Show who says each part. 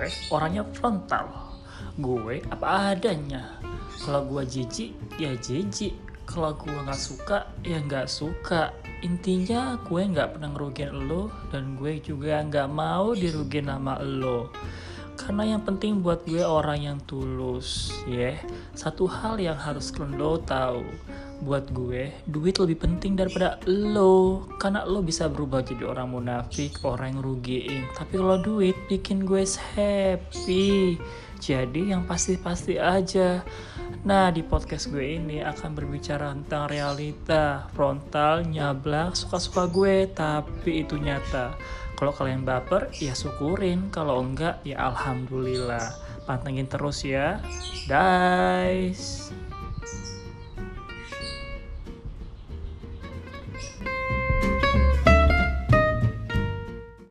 Speaker 1: gue orangnya frontal. Gue apa adanya. Kalau gue jijik, ya jijik. Kalau gue gak suka, ya gak suka. Intinya gue gak pernah ngerugiin lo, dan gue juga gak mau dirugiin sama lo. Karena yang penting buat gue orang yang tulus, ya. Satu hal yang harus lo tahu, buat gue duit lebih penting daripada lo. Karena lo bisa berubah jadi orang munafik, orang yang rugiin. Tapi kalau duit bikin gue happy. Jadi yang pasti-pasti aja. Nah, di podcast gue ini akan berbicara tentang realita, frontal, nyablak, suka-suka gue, tapi itu nyata. Kalau kalian baper, ya syukurin. Kalau enggak, ya alhamdulillah. Pantengin terus ya, guys.